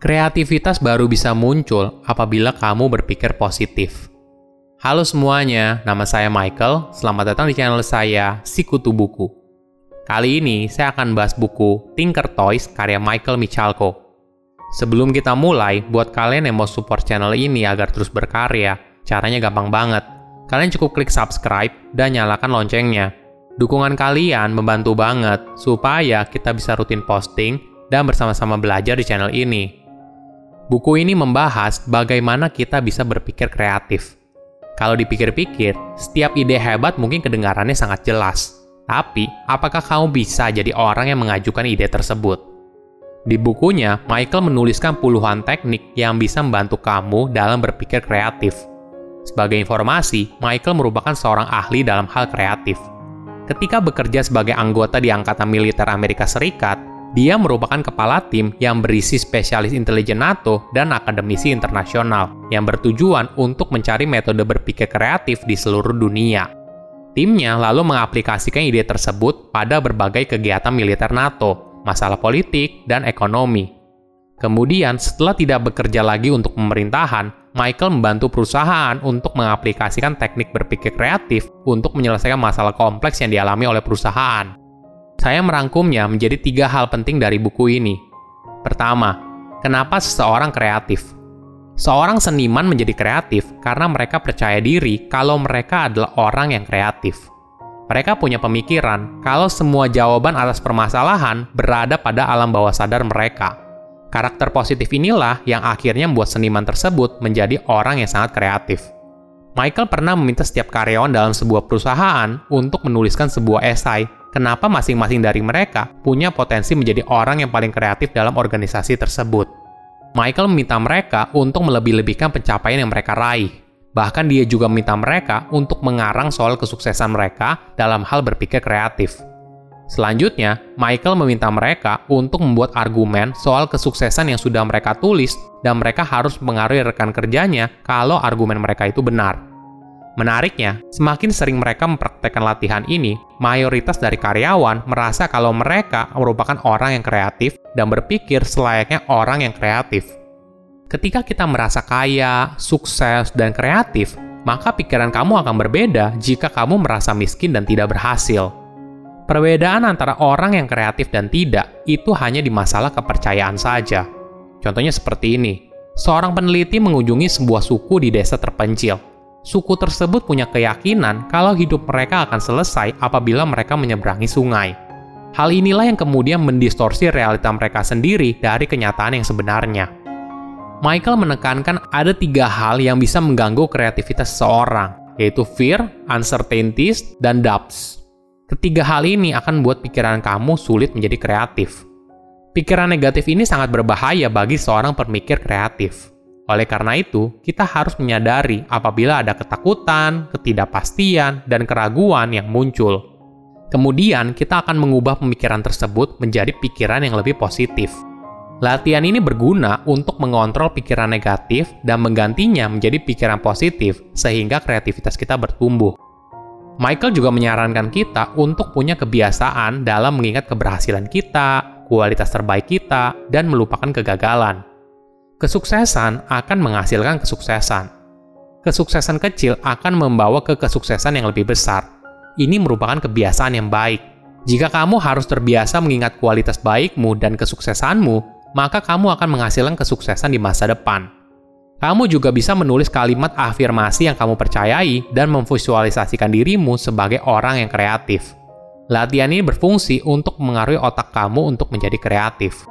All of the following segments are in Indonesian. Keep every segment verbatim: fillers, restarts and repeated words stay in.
Kreativitas baru bisa muncul apabila kamu berpikir positif. Halo semuanya, nama saya Michael. Selamat datang di channel saya, Sikutu Buku. Kali ini saya akan bahas buku Tinker Toys karya Michael Michalko. Sebelum kita mulai, buat kalian yang mau support channel ini agar terus berkarya, caranya gampang banget. Kalian cukup klik subscribe dan nyalakan loncengnya. Dukungan kalian membantu banget supaya kita bisa rutin posting dan bersama-sama belajar di channel ini. Buku ini membahas bagaimana kita bisa berpikir kreatif. Kalau dipikir-pikir, setiap ide hebat mungkin kedengarannya sangat jelas. Tapi, apakah kamu bisa jadi orang yang mengajukan ide tersebut? Di bukunya, Michael menuliskan puluhan teknik yang bisa membantu kamu dalam berpikir kreatif. Sebagai informasi, Michael merupakan seorang ahli dalam hal kreatif. Ketika bekerja sebagai anggota di Angkatan Militer Amerika Serikat, dia merupakan kepala tim yang berisi spesialis intelijen NATO dan akademisi internasional yang bertujuan untuk mencari metode berpikir kreatif di seluruh dunia. Timnya lalu mengaplikasikan ide tersebut pada berbagai kegiatan militer NATO, masalah politik, dan ekonomi. Kemudian, setelah tidak bekerja lagi untuk pemerintahan, Michael membantu perusahaan untuk mengaplikasikan teknik berpikir kreatif untuk menyelesaikan masalah kompleks yang dialami oleh perusahaan. Saya merangkumnya menjadi tiga hal penting dari buku ini. Pertama, kenapa seseorang kreatif? Seorang seniman menjadi kreatif karena mereka percaya diri kalau mereka adalah orang yang kreatif. Mereka punya pemikiran kalau semua jawaban atas permasalahan berada pada alam bawah sadar mereka. Karakter positif inilah yang akhirnya membuat seniman tersebut menjadi orang yang sangat kreatif. Michael pernah meminta setiap karyawan dalam sebuah perusahaan untuk menuliskan sebuah esai kenapa masing-masing dari mereka punya potensi menjadi orang yang paling kreatif dalam organisasi tersebut. Michael meminta mereka untuk melebih-lebihkan pencapaian yang mereka raih. Bahkan dia juga meminta mereka untuk mengarang soal kesuksesan mereka dalam hal berpikir kreatif. Selanjutnya, Michael meminta mereka untuk membuat argumen soal kesuksesan yang sudah mereka tulis dan mereka harus mengaruhi rekan kerjanya kalau argumen mereka itu benar. Menariknya, semakin sering mereka mempraktekkan latihan ini, mayoritas dari karyawan merasa kalau mereka merupakan orang yang kreatif dan berpikir selayaknya orang yang kreatif. Ketika kita merasa kaya, sukses, dan kreatif, maka pikiran kamu akan berbeda jika kamu merasa miskin dan tidak berhasil. Perbedaan antara orang yang kreatif dan tidak itu hanya di masalah kepercayaan saja. Contohnya seperti ini. Seorang peneliti mengunjungi sebuah suku di desa terpencil. Suku tersebut punya keyakinan kalau hidup mereka akan selesai apabila mereka menyeberangi sungai. Hal inilah yang kemudian mendistorsi realita mereka sendiri dari kenyataan yang sebenarnya. Michael menekankan ada tiga hal yang bisa mengganggu kreativitas seseorang, yaitu fear, uncertainties, dan doubts. Ketiga hal ini akan membuat pikiran kamu sulit menjadi kreatif. Pikiran negatif ini sangat berbahaya bagi seorang pemikir kreatif. Oleh karena itu, kita harus menyadari apabila ada ketakutan, ketidakpastian, dan keraguan yang muncul. Kemudian, kita akan mengubah pemikiran tersebut menjadi pikiran yang lebih positif. Latihan ini berguna untuk mengontrol pikiran negatif dan menggantinya menjadi pikiran positif sehingga kreativitas kita bertumbuh. Michael juga menyarankan kita untuk punya kebiasaan dalam mengingat keberhasilan kita, kualitas terbaik kita, dan melupakan kegagalan. Kesuksesan akan menghasilkan kesuksesan. Kesuksesan kecil akan membawa ke kesuksesan yang lebih besar. Ini merupakan kebiasaan yang baik. Jika kamu harus terbiasa mengingat kualitas baikmu dan kesuksesanmu, maka kamu akan menghasilkan kesuksesan di masa depan. Kamu juga bisa menulis kalimat afirmasi yang kamu percayai dan memvisualisasikan dirimu sebagai orang yang kreatif. Latihan ini berfungsi untuk mengaruhi otak kamu untuk menjadi kreatif.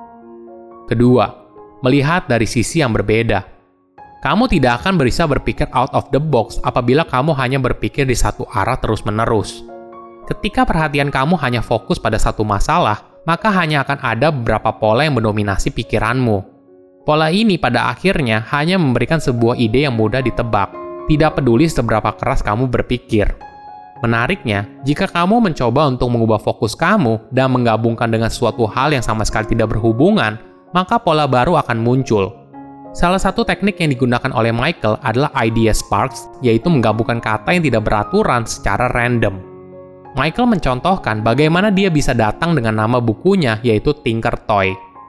Kedua, melihat dari sisi yang berbeda. Kamu tidak akan bisa berpikir out of the box apabila kamu hanya berpikir di satu arah terus-menerus. Ketika perhatian kamu hanya fokus pada satu masalah, maka hanya akan ada beberapa pola yang mendominasi pikiranmu. Pola ini pada akhirnya hanya memberikan sebuah ide yang mudah ditebak, tidak peduli seberapa keras kamu berpikir. Menariknya, jika kamu mencoba untuk mengubah fokus kamu dan menggabungkan dengan suatu hal yang sama sekali tidak berhubungan, maka pola baru akan muncul. Salah satu teknik yang digunakan oleh Michael adalah idea sparks, yaitu menggabungkan kata yang tidak beraturan secara random. Michael mencontohkan bagaimana dia bisa datang dengan nama bukunya, yaitu Tinker Toy.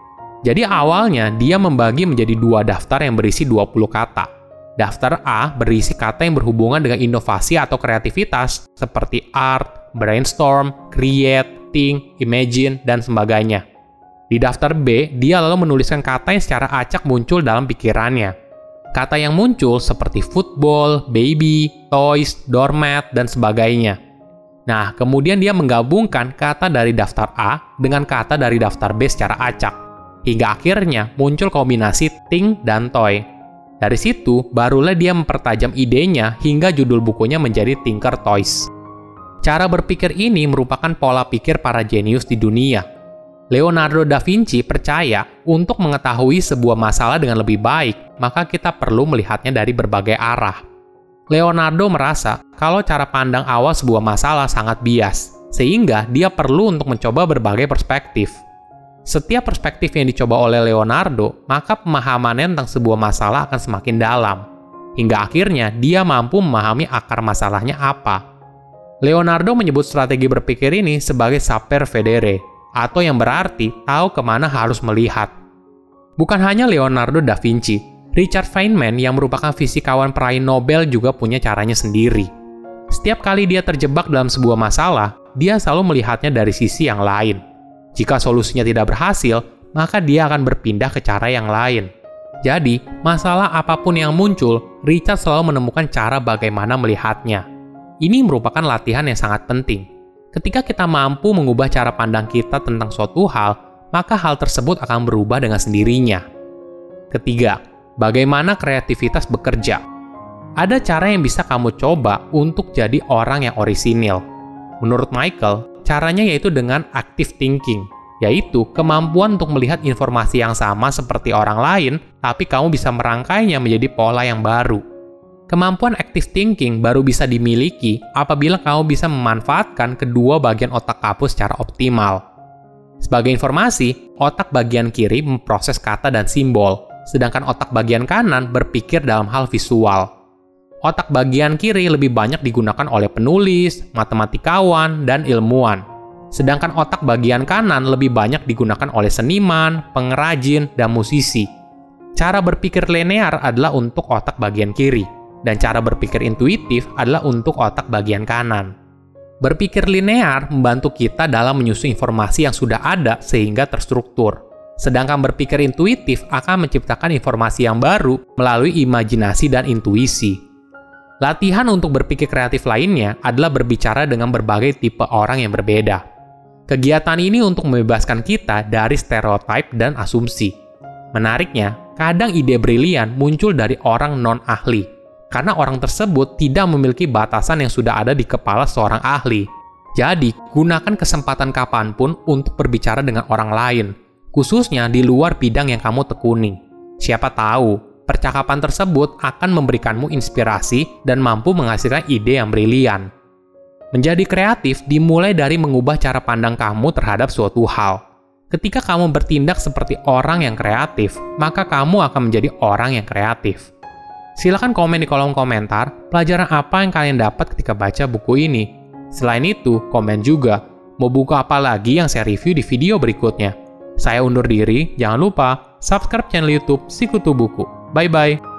Jadi awalnya dia membagi menjadi dua daftar yang berisi dua puluh kata. Daftar A berisi kata yang berhubungan dengan inovasi atau kreativitas seperti art, brainstorm, create, think, imagine, dan sebagainya. Di daftar B, dia lalu menuliskan kata yang secara acak muncul dalam pikirannya. Kata yang muncul seperti football, baby, toys, doormat, dan sebagainya. Nah, kemudian dia menggabungkan kata dari daftar A dengan kata dari daftar B secara acak. Hingga akhirnya muncul kombinasi think dan toy. Dari situ, barulah dia mempertajam idenya hingga judul bukunya menjadi Thinker Toys. Cara berpikir ini merupakan pola pikir para jenius di dunia. Leonardo da Vinci percaya untuk mengetahui sebuah masalah dengan lebih baik, maka kita perlu melihatnya dari berbagai arah. Leonardo merasa kalau cara pandang awal sebuah masalah sangat bias, sehingga dia perlu untuk mencoba berbagai perspektif. Setiap perspektif yang dicoba oleh Leonardo, maka pemahamannya tentang sebuah masalah akan semakin dalam. Hingga akhirnya dia mampu memahami akar masalahnya apa. Leonardo menyebut strategi berpikir ini sebagai saper vedere, atau yang berarti tahu kemana harus melihat. Bukan hanya Leonardo da Vinci, Richard Feynman yang merupakan fisikawan peraih Nobel juga punya caranya sendiri. Setiap kali dia terjebak dalam sebuah masalah, dia selalu melihatnya dari sisi yang lain. Jika solusinya tidak berhasil, maka dia akan berpindah ke cara yang lain. Jadi, masalah apapun yang muncul, Richard selalu menemukan cara bagaimana melihatnya. Ini merupakan latihan yang sangat penting. Ketika kita mampu mengubah cara pandang kita tentang suatu hal, maka hal tersebut akan berubah dengan sendirinya. Ketiga, bagaimana kreativitas bekerja? Ada cara yang bisa kamu coba untuk jadi orang yang orisinil. Menurut Michael, caranya yaitu dengan active thinking, yaitu kemampuan untuk melihat informasi yang sama seperti orang lain, tapi kamu bisa merangkainya menjadi pola yang baru. Kemampuan active thinking baru bisa dimiliki apabila kamu bisa memanfaatkan kedua bagian otak kamu secara optimal. Sebagai informasi, otak bagian kiri memproses kata dan simbol, sedangkan otak bagian kanan berpikir dalam hal visual. Otak bagian kiri lebih banyak digunakan oleh penulis, matematikawan, dan ilmuwan. Sedangkan otak bagian kanan lebih banyak digunakan oleh seniman, pengrajin, dan musisi. Cara berpikir linear adalah untuk otak bagian kiri, dan cara berpikir intuitif adalah untuk otak bagian kanan. Berpikir linear membantu kita dalam menyusun informasi yang sudah ada sehingga terstruktur. Sedangkan berpikir intuitif akan menciptakan informasi yang baru melalui imajinasi dan intuisi. Latihan untuk berpikir kreatif lainnya adalah berbicara dengan berbagai tipe orang yang berbeda. Kegiatan ini untuk membebaskan kita dari stereotip dan asumsi. Menariknya, kadang ide brilian muncul dari orang non-ahli, karena orang tersebut tidak memiliki batasan yang sudah ada di kepala seorang ahli. Jadi, gunakan kesempatan kapanpun untuk berbicara dengan orang lain, khususnya di luar bidang yang kamu tekuni. Siapa tahu, percakapan tersebut akan memberikanmu inspirasi dan mampu menghasilkan ide yang brilian. Menjadi kreatif dimulai dari mengubah cara pandang kamu terhadap suatu hal. Ketika kamu bertindak seperti orang yang kreatif, maka kamu akan menjadi orang yang kreatif. Silahkan komen di kolom komentar pelajaran apa yang kalian dapat ketika baca buku ini. Selain itu, komen juga mau buku apa lagi yang saya review di video berikutnya. Saya undur diri, jangan lupa subscribe channel YouTube Sikutu Buku. Bye-bye.